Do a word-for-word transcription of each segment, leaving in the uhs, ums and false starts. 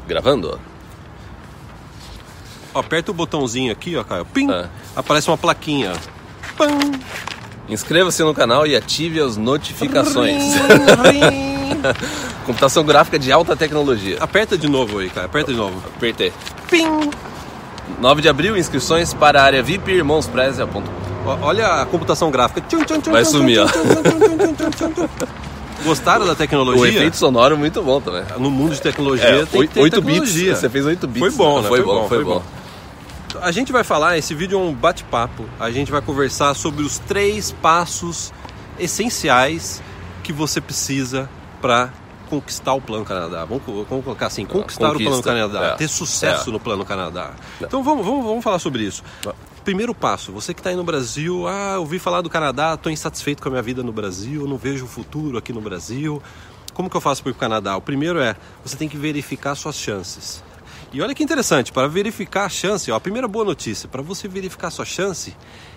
Gravando? Aperta o botãozinho aqui, ó, Caio. Pim! Ah. Aparece uma plaquinha. Pam! Inscreva-se no canal e ative as notificações. Computação gráfica de alta tecnologia. Aperta de novo aí, Caio. Aperta de novo. Apertei. Pim! nove de abril, inscrições para a área V I P irmãos preza ponto com. Ó, olha a computação gráfica. Vai sumir, ó. Gostaram da tecnologia? O efeito sonoro é muito bom também. No mundo de tecnologia É, tem que ter oito tecnologia. bits. Você fez oito bits. Foi bom, né? Foi, bom, foi bom. A gente vai falar, esse vídeo é um bate-papo. A gente vai conversar sobre os três passos essenciais que você precisa para conquistar o Plano Canadá. Vamos, vamos colocar assim, conquistar Conquista, o Plano Canadá, é. ter sucesso É. no Plano Canadá. Então vamos, vamos, vamos falar sobre isso. Primeiro passo, você que está aí no Brasil, ah, eu ouvi falar do Canadá, estou insatisfeito com a minha vida no Brasil, não vejo o futuro aqui no Brasil. Como que eu faço para ir para o Canadá? O primeiro é, você tem que verificar suas chances. E olha que interessante, para verificar a chance, ó, a primeira boa notícia, para você verificar a sua chance,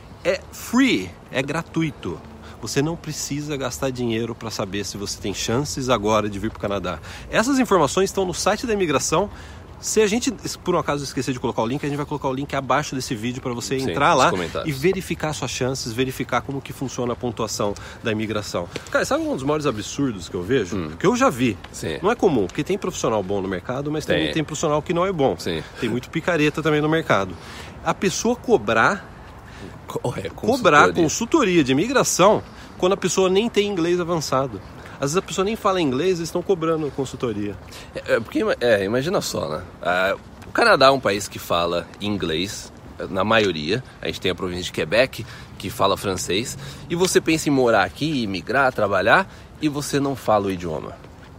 é free, é gratuito. Você não precisa gastar dinheiro para saber se você tem chances agora de vir para o Canadá. Essas informações estão no site da imigração. Se a gente, por um acaso, esquecer de colocar o link, a gente vai colocar o link abaixo desse vídeo para você Sim, entrar lá comentários. e verificar suas chances, verificar como que funciona a pontuação da imigração. Cara, sabe um dos maiores absurdos que eu vejo? Hum. Que eu já vi. Sim. Não é comum, porque tem profissional bom no mercado, mas Tem. também tem profissional que não é bom. Sim. Tem muito picareta também no mercado. A pessoa cobrar, Co- é, cobrar consultoria. consultoria de imigração quando a pessoa nem tem inglês avançado. Às vezes a pessoa nem fala inglês, eles estão cobrando consultoria. É, é, porque, é, imagina só, né? Ah, o Canadá é um país que fala inglês, na maioria. A gente tem a província de Quebec, que fala francês. E você pensa em morar aqui, imigrar, trabalhar, e você não fala o idioma.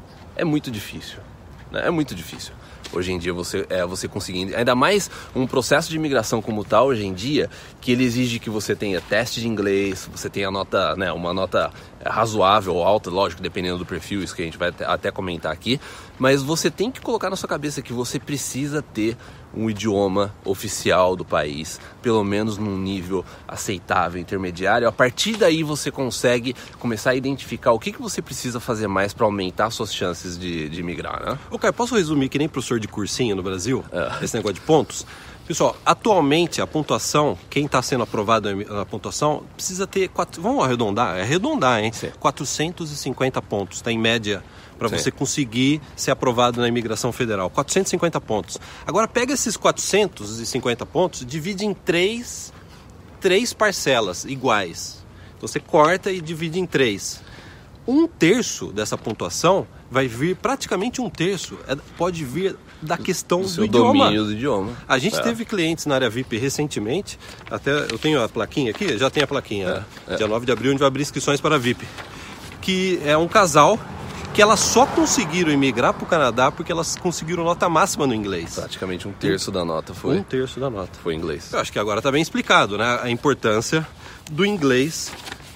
É muito difícil, né? É muito difícil. Hoje em dia você, é, você conseguindo, ainda mais um processo de imigração como tal hoje em dia, que ele exige que você tenha teste de inglês, você tenha nota, né, uma nota razoável ou alta, lógico, dependendo do perfil, isso que a gente vai até, até comentar aqui, mas você tem que colocar na sua cabeça que você precisa ter um idioma oficial do país, pelo menos num nível aceitável, intermediário. A partir daí você consegue começar a identificar o que, que você precisa fazer mais para aumentar suas chances de, de migrar, né? Ô, Caio, posso resumir que nem professor de cursinho no Brasil? É. Esse negócio de pontos? Pessoal, atualmente a pontuação, quem está sendo aprovado na pontuação, precisa ter, quatro, vamos arredondar, é arredondar, hein? Sim. quatrocentos e cinquenta pontos, está em média, para Sim. você conseguir ser aprovado na imigração federal. quatrocentos e cinquenta pontos. Agora pega esses quatrocentos e cinquenta pontos, divide em três, três parcelas iguais. Então você corta e divide em três. Um terço dessa pontuação vai vir, praticamente um terço, é, pode vir da questão O do seu idioma. domínio do idioma. A gente É. teve clientes na área V I P recentemente, até eu tenho a plaquinha aqui, já tem a plaquinha, É, né? é. Dia nove de abril a gente vai abrir inscrições para V I P, que é um casal que elas só conseguiram emigrar para o Canadá porque elas conseguiram nota máxima no inglês. Praticamente um terço da nota foi, Um terço da nota. foi inglês. Eu acho que agora está bem explicado, né? A importância do inglês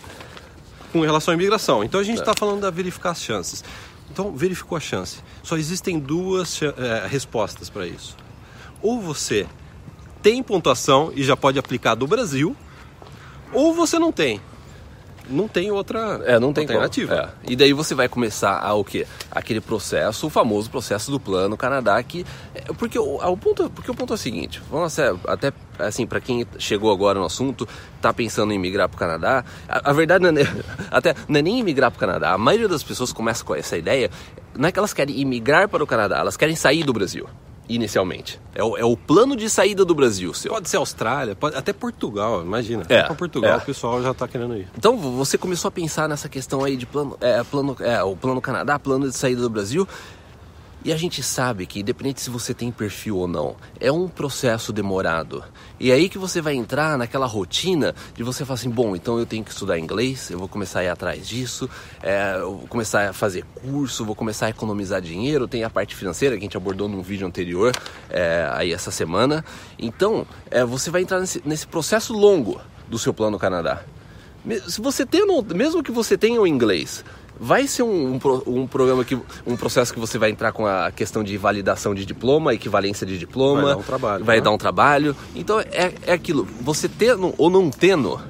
com relação à imigração. Então a gente está É. falando da verificar as chances. Então, verificou a chance. Só existem duas é, respostas para isso. Ou você tem pontuação e já pode aplicar do Brasil, ou você não tem. Não tem outra É, não tem alternativa. como. É. E daí você vai começar a o quê? Aquele processo, o famoso processo do Plano Canadá, que é, porque o, o ponto, porque o ponto é o seguinte, vamos até assim, para quem chegou agora no assunto, tá pensando em migrar para o Canadá, a, a verdade não é, nem- até não é nem migrar para o Canadá. A maioria das pessoas começa com essa ideia, não é que elas querem imigrar para o Canadá, elas querem sair do Brasil. Inicialmente. É o, é o plano de saída do Brasil seu. Pode ser Austrália, pode, até Portugal, imagina. É, Para Portugal é. o pessoal já está querendo ir. Então você começou a pensar nessa questão aí de plano, é, plano, é, o plano Canadá, plano de saída do Brasil. E a gente sabe que, independente se você tem perfil ou não, é um processo demorado. E é aí que você vai entrar naquela rotina de você falar assim, bom, então eu tenho que estudar inglês, eu vou começar a ir atrás disso, é, eu vou começar a fazer curso, vou começar a economizar dinheiro, tem a parte financeira que a gente abordou num vídeo anterior, é, aí essa semana. Então, é, você vai entrar nesse, nesse processo longo do seu plano Canadá. Se você tem, mesmo que você tenha o inglês, vai ser um, um, um programa que, um processo que você vai entrar com a questão de validação de diploma, equivalência de diploma. Vai dar um trabalho. Vai né? dar um trabalho. Então é, é aquilo, você tendo ou não tendo,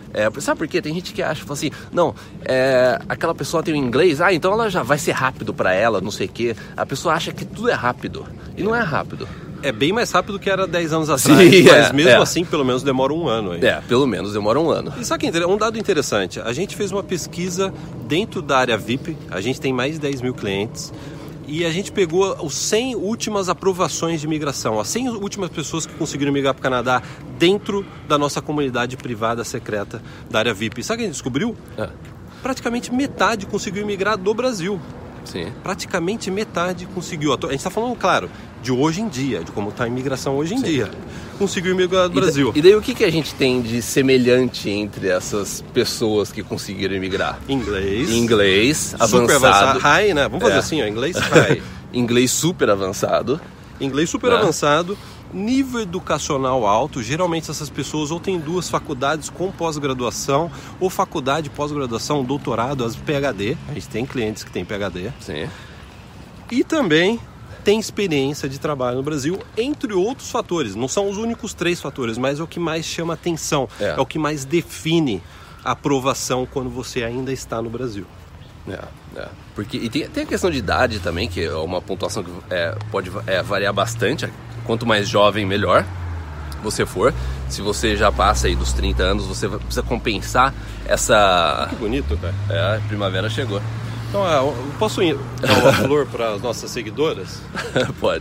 É, sabe por quê? Tem gente que acha, fala assim, não, é, aquela pessoa tem o inglês, ah, então ela já vai ser rápido pra ela, não sei o quê. A pessoa acha que tudo é rápido, e não é rápido. É bem mais rápido que era dez anos atrás, Sim, mas é, mesmo é. assim, pelo menos demora um ano. Aí. É, pelo menos demora um ano. E sabe que um dado interessante, a gente fez uma pesquisa dentro da área V I P, a gente tem mais de dez mil clientes, e a gente pegou os cem últimas aprovações de imigração, as cem últimas pessoas que conseguiram migrar para o Canadá dentro da nossa comunidade privada secreta da área V I P. Sabe o que a gente descobriu? É. Praticamente metade conseguiu migrar do Brasil. Sim. Praticamente metade conseguiu. A gente está falando, claro, de hoje em dia, de como está a imigração hoje em Sim. dia. Conseguiu migrar do e Brasil. Da, e daí o que, que a gente tem de semelhante entre essas pessoas que conseguiram emigrar? Inglês. Inglês, avançado. Super avançado. High, né? Vamos fazer é. assim, ó, inglês high. Inglês super avançado. Inglês super né? avançado. Nível educacional alto, geralmente essas pessoas ou têm duas faculdades com pós-graduação, ou faculdade, pós-graduação, doutorado, as P H D. A gente tem clientes que têm P H D. Sim. E também tem experiência de trabalho no Brasil, entre outros fatores. Não são os únicos três fatores, mas é o que mais chama atenção, é, é o que mais define a aprovação quando você ainda está no Brasil. É, é. Porque, e tem, tem a questão de idade também, que é uma pontuação que é, pode é, variar bastante. Quanto mais jovem, melhor você for. Se você já passa aí dos trinta anos, você precisa compensar essa... Que bonito, cara. É, a primavera chegou. Então, eu posso ir dar uma flor para as nossas seguidoras? Pode.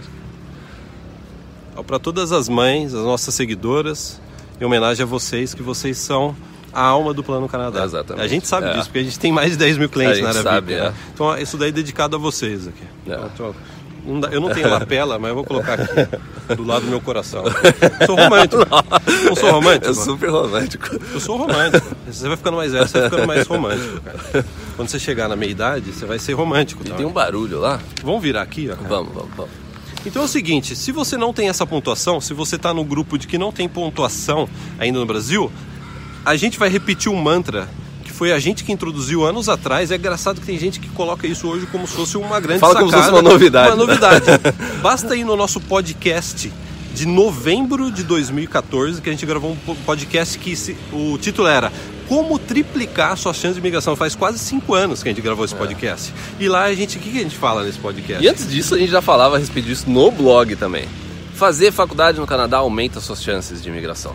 Para todas as mães, as nossas seguidoras, em homenagem a vocês, que vocês são a alma do Plano Canadá. Exatamente. A gente sabe é. disso, porque a gente tem mais de dez mil clientes na área sabe, V I P. É. Né? Então, isso daí é dedicado a vocês aqui. É. Então, eu não tenho lapela, mas eu vou colocar aqui do lado do meu coração. Eu sou romântico. Não sou romântico? Eu sou super romântico. Eu sou romântico. Você vai ficando mais velho, você vai ficando mais romântico, cara. Quando você chegar na meia idade, você vai ser romântico. E tá? tem um barulho lá. Vamos virar aqui, ó. Cara. Vamos, vamos, vamos. Então é o seguinte, se você não tem essa pontuação, se você está no grupo de que não tem pontuação ainda no Brasil, a gente vai repetir um mantra que foi a gente que introduziu anos atrás. É engraçado que tem gente que coloca isso hoje como se fosse uma grande Fala sacada. Fala como se fosse uma novidade. Uma novidade. Basta ir no nosso podcast de novembro de dois mil e catorze, que a gente gravou um podcast que se, o título era Como Triplicar Suas Chances de Imigração. Faz quase cinco anos que a gente gravou esse podcast. É. E lá a gente, o que, que a gente fala nesse podcast? E antes disso a gente já falava a respeito disso no blog também. Fazer faculdade no Canadá aumenta suas chances de imigração.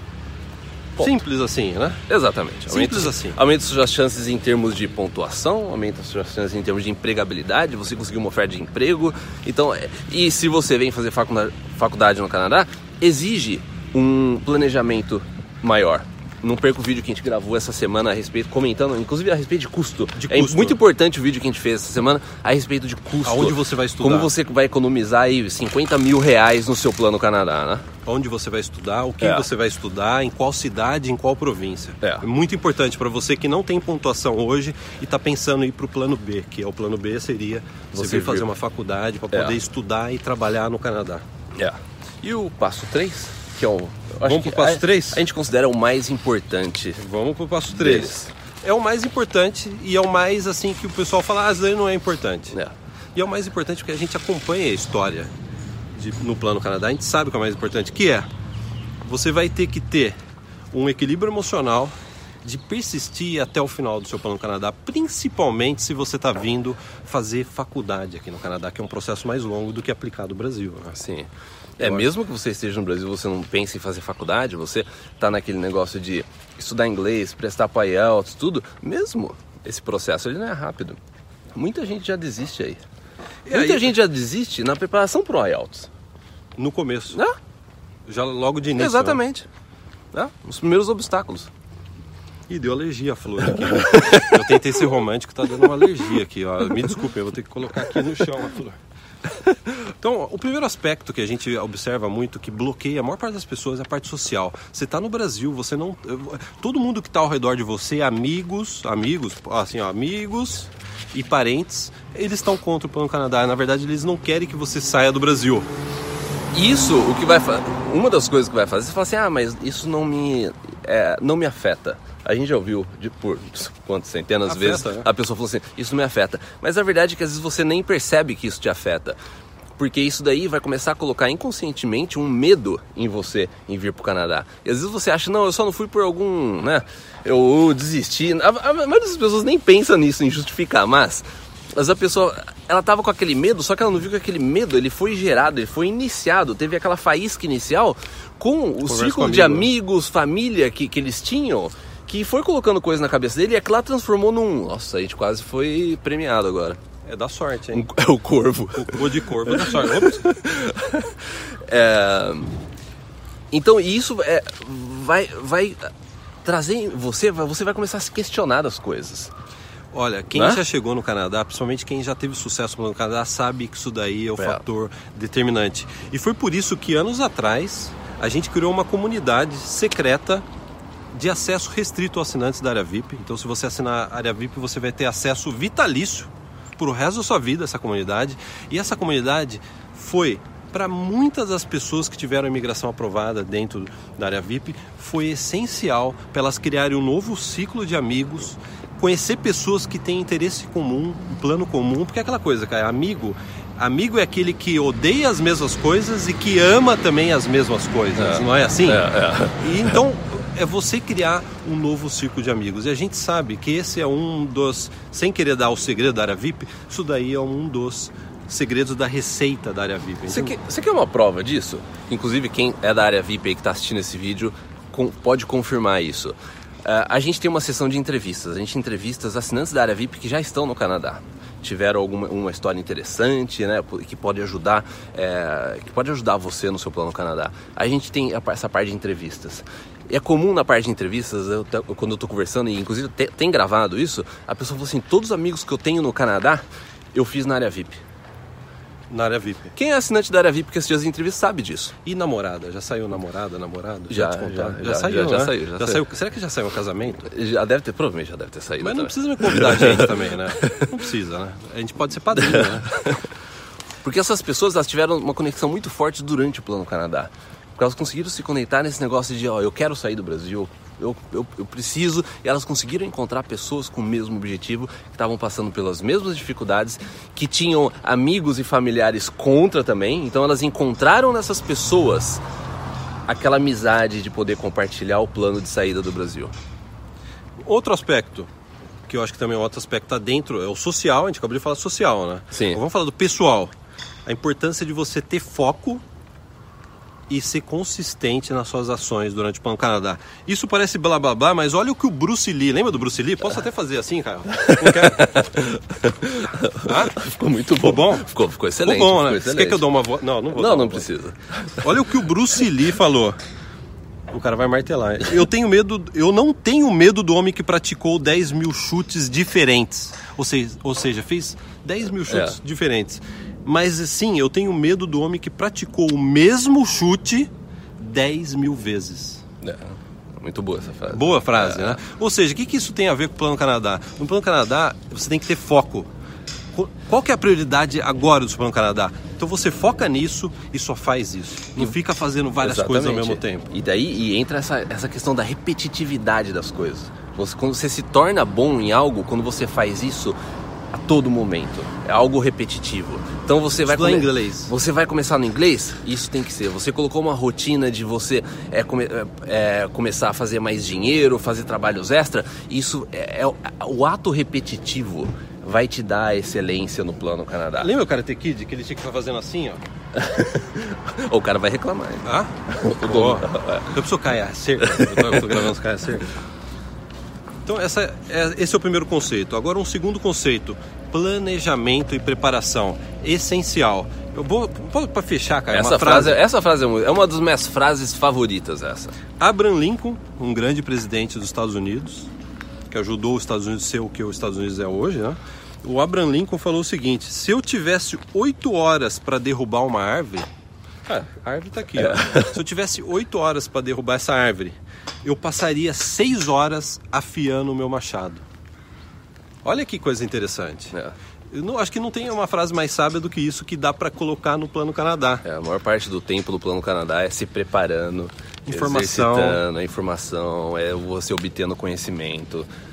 Ponto. Simples assim, né? Exatamente. Simples aumenta, assim. Aumenta suas chances em termos de pontuação, aumenta suas chances em termos de empregabilidade, você conseguir uma oferta de emprego. Então, e se você vem fazer faculdade no Canadá, exige um planejamento maior. Não perca o vídeo que a gente gravou essa semana a respeito, comentando, inclusive a respeito de custo. De é custo. Muito importante o vídeo que a gente fez essa semana a respeito de custo. Aonde você vai estudar. Como você vai economizar aí cinquenta mil reais no seu plano Canadá, né? Onde você vai estudar, o que é. você vai estudar, em qual cidade, em qual província. É, é muito importante para você que não tem pontuação hoje e está pensando em ir para o plano B, que é o plano B seria você, você vir fazer uma faculdade para poder é. estudar e trabalhar no Canadá. É. E o passo três? Que é o, Vamos para o passo três? A, a gente considera o mais importante. Vamos para o passo três. É o mais importante e é o mais assim que o pessoal fala, ah, isso daí não é importante. É. E é o mais importante porque a gente acompanha a história de, no Plano Canadá, a gente sabe que é o mais importante, que é, você vai ter que ter um equilíbrio emocional de persistir até o final do seu Plano Canadá, principalmente se você está vindo fazer faculdade aqui no Canadá, que é um processo mais longo do que aplicar no Brasil. Né? Sim. É, mesmo que você esteja no Brasil, você não pense em fazer faculdade, você tá naquele negócio de estudar inglês, prestar para I E L T S, tudo, mesmo esse processo ele não é rápido. Muita gente já desiste aí. E Muita aí... gente já desiste na preparação para o I E L T S. No começo. É? Já logo de início. Exatamente. Né? É, os primeiros obstáculos. Ih, deu alergia a flor aqui. Eu tentei ser romântico, tá dando uma alergia aqui. Ó. Me desculpe, eu vou ter que colocar aqui no chão a flor. Então, o primeiro aspecto que a gente observa muito, que bloqueia a maior parte das pessoas, é a parte social. Você está no Brasil, você não... Todo mundo que está ao redor de você, amigos, amigos, assim, ó, amigos e parentes, eles estão contra o Plano Canadá. Na verdade, eles não querem que você saia do Brasil. Isso, o que vai fazer... Uma das coisas que vai fazer, você fala assim, ah, mas isso não me, é, não me afeta. A gente já ouviu de, por quantas centenas de vezes, né? A pessoa falou assim, isso não me afeta. Mas a verdade é que às vezes você nem percebe que isso te afeta. Porque isso daí vai começar a colocar inconscientemente um medo em você em vir pro Canadá. E às vezes você acha, não, eu só não fui por algum, né, eu desisti. A, a maioria das pessoas nem pensa nisso, em justificar, mas... Mas a pessoa, ela tava com aquele medo, só que ela não viu que aquele medo, ele foi gerado, ele foi iniciado, teve aquela faísca inicial com o Conversa círculo com de amigo. amigos, família que, que eles tinham, que foi colocando coisa na cabeça dele e aquilo lá transformou num... Nossa, a gente quase foi premiado agora. É da sorte, hein? Um, é o corvo. O, o de corvo é da sorte. Ops. É, então isso é, vai, vai trazer em você, você vai começar a se questionar das coisas. Olha, quem Né? já chegou no Canadá, principalmente quem já teve sucesso no Canadá, sabe que isso daí é o É. fator determinante. E foi por isso que anos atrás a gente criou uma comunidade secreta de acesso restrito aos assinantes da área V I P. Então, se você assinar a área V I P, você vai ter acesso vitalício por o resto da sua vida a essa comunidade. E essa comunidade foi, para muitas das pessoas que tiveram a imigração aprovada dentro da área V I P, foi essencial para elas criarem um novo ciclo de amigos, conhecer pessoas que têm interesse comum, um plano comum, porque é aquela coisa, cara, amigo, amigo é aquele que odeia as mesmas coisas e que ama também as mesmas coisas, É. não é assim? É, é. E então é você criar um novo círculo de amigos. E a gente sabe que esse é um dos, sem querer dar o segredo da área V I P, isso daí é um dos segredos da receita da área V I P. Você quer, você quer uma prova disso? Inclusive quem é da área V I P aí que está assistindo esse vídeo com, pode confirmar isso. Uh, a gente tem uma sessão de entrevistas. A gente entrevista os assinantes da área V I P que já estão no Canadá. Tiveram alguma uma história interessante, né, que pode ajudar, é, que pode ajudar você no seu plano Canadá. A gente tem a, essa parte de entrevistas. É comum na parte de entrevistas, eu, eu, quando eu estou conversando, e inclusive te, tem gravado isso, a pessoa fala assim, todos os amigos que eu tenho no Canadá, eu fiz na área V I P. Na área V I P. Quem é assinante da área V I P que assistiu as entrevistas sabe disso. E namorada? Já saiu namorada, namorado? Já, te contaram? já, já, saiu, já, né? já saiu, já saiu. Será que já saiu um casamento? Já deve ter, provavelmente já deve ter saído. Mas não também. precisa me convidar a gente também, né? Não precisa, né? A gente pode ser padrinho, né? Porque essas pessoas, elas tiveram uma conexão muito forte durante o Plano Canadá. Porque elas conseguiram se conectar nesse negócio de, ó, eu quero sair do Brasil, eu, eu, eu preciso, e elas conseguiram encontrar pessoas com o mesmo objetivo, que estavam passando pelas mesmas dificuldades, que tinham amigos e familiares contra também, então elas encontraram nessas pessoas aquela amizade de poder compartilhar o plano de saída do Brasil. Outro aspecto, que eu acho que também é um outro aspecto, tá dentro, é o social, a gente acabou de falar social, né? Sim. Então, vamos falar do pessoal. A importância de você ter foco e ser consistente nas suas ações durante o Plano Canadá. Isso parece blá blá blá, mas olha o que o Bruce Lee, lembra do Bruce Lee? Posso até fazer assim, Caio? Ah? Ficou muito bom. Ficou bom? Ficou, ficou excelente. Ficou bom, ficou né? excelente. Você quer que eu dou uma voz? Não, não vou Não, dar não uma voz. precisa. Olha o que o Bruce Lee falou. O cara vai martelar. Eu tenho medo, eu não tenho medo do homem que praticou dez mil chutes diferentes. Ou seja, ou seja fez dez mil chutes É. diferentes. Mas sim, eu tenho medo do homem que praticou o mesmo chute dez mil vezes. É, muito boa essa frase. Boa frase, É. né? Ou seja, o que, que isso tem a ver com o Plano Canadá? No Plano Canadá, você tem que ter foco. Qual que é a prioridade agora do Plano Canadá? Então você foca nisso e só faz isso. Não fica fazendo várias Exatamente. coisas ao mesmo tempo. E daí e entra essa, essa questão da repetitividade das coisas. Você, quando você se torna bom em algo, quando você faz isso a todo momento. É algo repetitivo. Então você vai... Estudar come... inglês. Você vai começar no inglês? Isso tem que ser. Você colocou uma rotina de você é, come... é, começar a fazer mais dinheiro, fazer trabalhos extra. Isso é, é o ato repetitivo vai te dar a excelência no Plano Canadá. Lembra o Karate Kid, que ele tinha que estar fazendo assim, ó? Ou o cara vai reclamar. hein? Ah? O Pô, dono. eu preciso cair a cerca. Eu tô, eu tô gravando os cair a cerca. Então, essa é, esse é o primeiro conceito. Agora, um segundo conceito. Planejamento e preparação. Essencial. Eu vou, para fechar, cara, Essa uma frase, frase. essa frase é uma- é uma das minhas frases favoritas, essa. Abraham Lincoln, um grande presidente dos Estados Unidos, que ajudou os Estados Unidos a ser o que os Estados Unidos é hoje, né? O Abraham Lincoln falou o seguinte: se eu tivesse oito horas para derrubar uma árvore, cara, a árvore está aqui, ó. Se eu tivesse oito horas para derrubar essa árvore, eu passaria seis horas afiando o meu machado. Olha que coisa interessante. É. Eu não, acho que não tem uma frase mais sábia do que isso que dá para colocar no Plano Canadá. É, a maior parte do tempo do Plano Canadá é se preparando, Informação. exercitando a informação, é você obtendo conhecimento.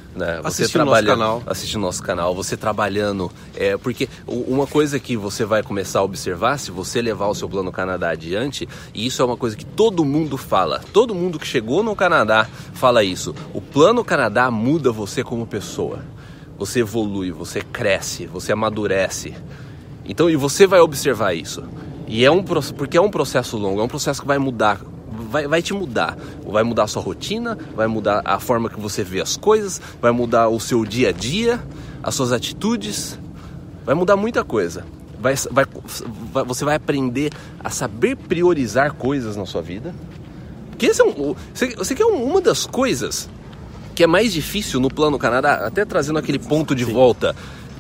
Né? Você assistindo nosso canal. Assistindo nosso canal, você trabalhando. É, porque uma coisa que você vai começar a observar, se você levar o seu Plano Canadá adiante, e isso é uma coisa que todo mundo fala, todo mundo que chegou no Canadá fala isso. O Plano Canadá muda você como pessoa. Você evolui, você cresce, você amadurece. Então, e você vai observar isso. E é um, porque é um processo longo, é um processo que vai mudar. Vai, vai te mudar, vai mudar a sua rotina, vai mudar a forma que você vê as coisas, vai mudar o seu dia a dia, as suas atitudes, vai mudar muita coisa. Vai, vai, você vai aprender a saber priorizar coisas na sua vida. Porque esse é um, você quer uma das coisas que é mais difícil no Plano Canadá, até trazendo aquele ponto de volta,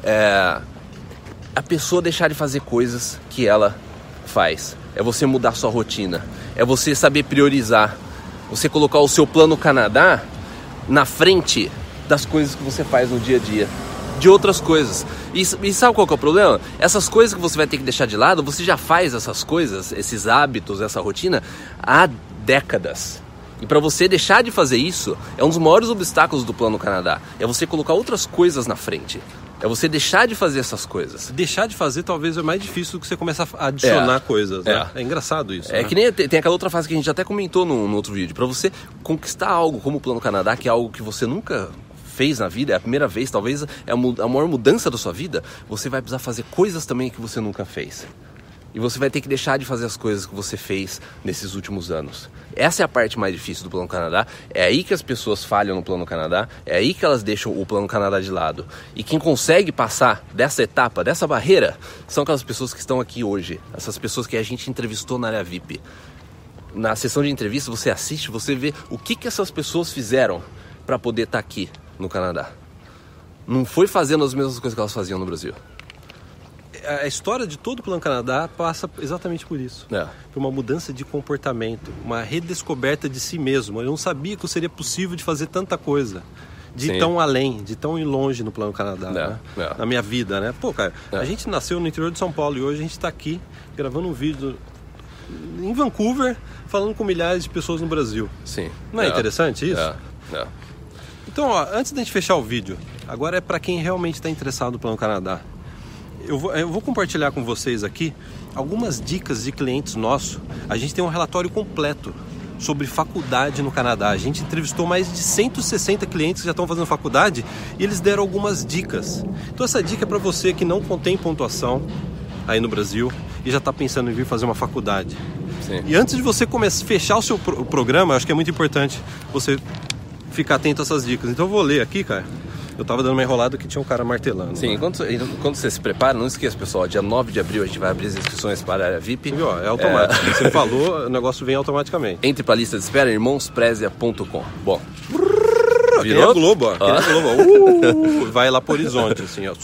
é a pessoa deixar de fazer coisas que ela faz. É você mudar sua rotina, é você saber priorizar, você colocar o seu Plano Canadá na frente das coisas que você faz no dia a dia, de outras coisas. E, e sabe qual que é o problema? Essas coisas que você vai ter que deixar de lado, você já faz essas coisas, esses hábitos, essa rotina há décadas. E para você deixar de fazer isso, é um dos maiores obstáculos do Plano Canadá, é você colocar outras coisas na frente. É você deixar de fazer essas coisas. Deixar de fazer talvez é mais difícil do que você começar a adicionar é, coisas, né? É. É engraçado isso. É né? que nem tem aquela outra fase que a gente até comentou no, no outro vídeo. Para você conquistar algo como o Plano Canadá, que é algo que você nunca fez na vida, é a primeira vez, talvez é a maior mudança da sua vida, você vai precisar fazer coisas também que você nunca fez. E você vai ter que deixar de fazer as coisas que você fez nesses últimos anos. Essa é a parte mais difícil do Plano Canadá. É aí que as pessoas falham no Plano Canadá. É aí que elas deixam o Plano Canadá de lado. E quem consegue passar dessa etapa, dessa barreira, são aquelas pessoas que estão aqui hoje. Essas pessoas que a gente entrevistou na área V I P. Na sessão de entrevista você assiste, você vê o que, que essas pessoas fizeram para poder estar aqui no Canadá. Não foi fazendo as mesmas coisas que elas faziam no Brasil. A história de todo o Plano Canadá passa exatamente por isso. É. Por uma mudança de comportamento, uma redescoberta de si mesmo. Eu não sabia que seria possível de fazer tanta coisa. De Sim. ir tão além, de tão ir longe no Plano Canadá, É. né? É. Na minha vida, né? Pô, cara, É. a gente nasceu no interior de São Paulo e hoje a gente está aqui gravando um vídeo em Vancouver falando com milhares de pessoas no Brasil. Sim. Não é, É. interessante isso? É. É. Então, ó, antes da gente fechar o vídeo, agora é para quem realmente está interessado no Plano Canadá. Eu vou, eu vou compartilhar com vocês aqui algumas dicas de clientes nossos. A gente tem um relatório completo sobre faculdade no Canadá. A gente entrevistou mais de cento e sessenta clientes que já estão fazendo faculdade e eles deram algumas dicas. Então essa dica é para você que não contém pontuação aí no Brasil e já está pensando em vir fazer uma faculdade. Sim. E antes de você começar, fechar o seu pro- programa, acho que é muito importante você ficar atento a essas dicas. Então eu vou ler aqui, cara. Eu tava dando uma enrolada que tinha um cara martelando. Sim, enquanto, enquanto você se prepara, não esqueça, pessoal, dia nove de abril a gente vai abrir as inscrições para a área V I P. E, ó, é automático. É... Você falou, o negócio vem automaticamente. Entre para a lista de espera, irmãos prezia ponto com. Bom, Virou? Aqui é Globo, ó. Aqui é Globo, ó. Uh, vai lá pro horizonte, assim, ó.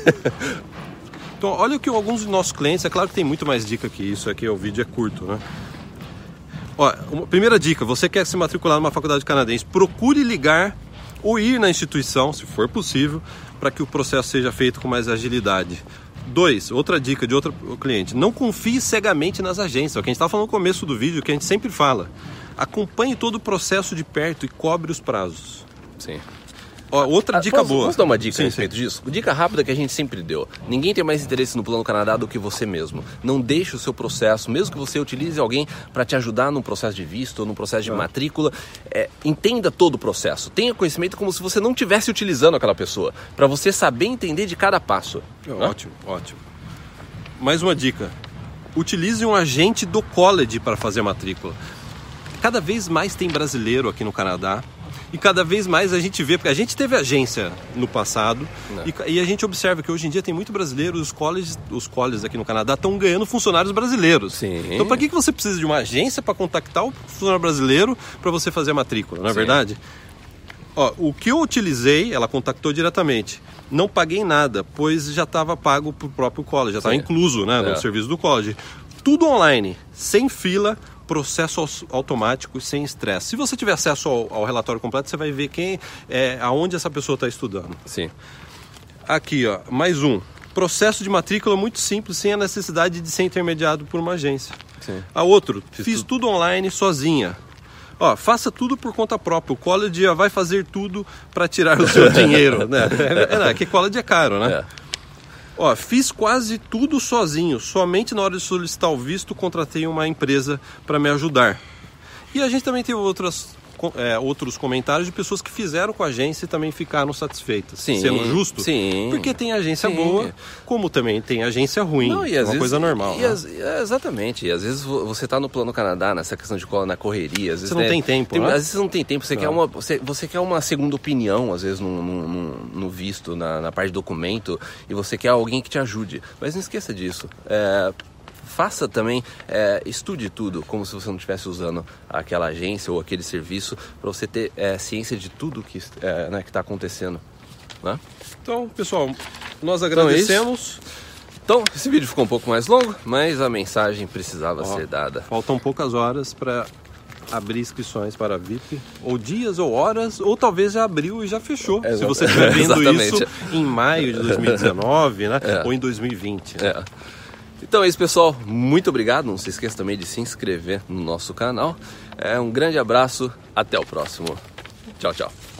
Então, olha o que alguns dos nossos clientes, é claro que tem muito mais dica que isso, aqui o vídeo é curto, né? Ó, uma, primeira dica, você quer se matricular numa faculdade canadense, procure ligar ou ir na instituição, se for possível, para que o processo seja feito com mais agilidade. Dois, outra dica de outro cliente, não confie cegamente nas agências, é o que a gente estava falando no começo do vídeo, que a gente sempre fala. Acompanhe todo o processo de perto e cobre os prazos. sim. Ó, outra dica posso, boa. Posso dar uma dica Sim, a respeito sim. disso? Dica rápida que a gente sempre deu. Ninguém tem mais interesse no Plano Canadá do que você mesmo. Não deixe o seu processo, mesmo que você utilize alguém para te ajudar no processo de visto ou no processo de Ah. matrícula, é, entenda todo o processo. Tenha conhecimento como se você não estivesse utilizando aquela pessoa, para você saber entender de cada passo. É, Né? ótimo, ótimo. Mais uma dica. Utilize um agente do college para fazer a matrícula. Cada vez mais tem brasileiro aqui no Canadá. E cada vez mais a gente vê, porque a gente teve agência no passado e, e a gente observa que hoje em dia tem muito brasileiro, os colleges, os colleges aqui no Canadá estão ganhando funcionários brasileiros. Sim. Então para que que você precisa de uma agência para contactar o funcionário brasileiro para você fazer a matrícula, não é Sim. verdade? Ó, o que eu utilizei, ela contactou diretamente. Não paguei nada, pois já estava pago para o próprio college, já estava incluso, né, no É. serviço do college. Tudo online, sem fila, processo automático e sem estresse. Se você tiver acesso ao, ao relatório completo, você vai ver quem, é, aonde essa pessoa está estudando. Sim. Aqui, ó, mais um. Processo de matrícula muito simples, sem a necessidade de ser intermediado por uma agência. Sim. A outro, Fiz fiz tudo online sozinha. Ó, faça tudo por conta própria. O college vai fazer tudo para tirar o seu dinheiro, né? É, é, é que college é caro, né? É. Ó, fiz quase tudo sozinho. Somente na hora de solicitar o visto, contratei uma empresa para me ajudar. E a gente também teve outras... É, outros comentários de pessoas que fizeram com a agência e também ficaram satisfeitas. Sim, sendo justo. Sim. Porque tem agência Sim. boa, como também tem agência ruim. Não, e é às uma vezes, coisa normal. E né? as, é, exatamente. E às vezes você está no Plano Canadá, nessa questão de cola na correria. Às vezes, Você não né, tem tempo, tem, né? Às vezes você não tem tempo. Você, Não. quer uma, você, você quer uma segunda opinião, às vezes, no, no, no, no visto, na, na parte de documento, e você quer alguém que te ajude. Mas não esqueça disso. É... Faça também, é, estude tudo, como se você não estivesse usando aquela agência ou aquele serviço, para você ter é, ciência de tudo que é, né, está acontecendo. Né? Então, pessoal, nós agradecemos. Então, esse vídeo ficou um pouco mais longo, mas a mensagem precisava Ó, ser dada. Faltam poucas horas para abrir inscrições para V I P, ou dias ou horas, ou talvez já abriu e já fechou. Exato. Se você estiver vendo Exatamente. isso em maio de dois mil e dezenove, né? É. Ou em dois mil e vinte. Né? É. Então é isso, pessoal. Muito obrigado. Não se esqueça também de se inscrever no nosso canal. É, um grande abraço. Até o próximo. Tchau, tchau.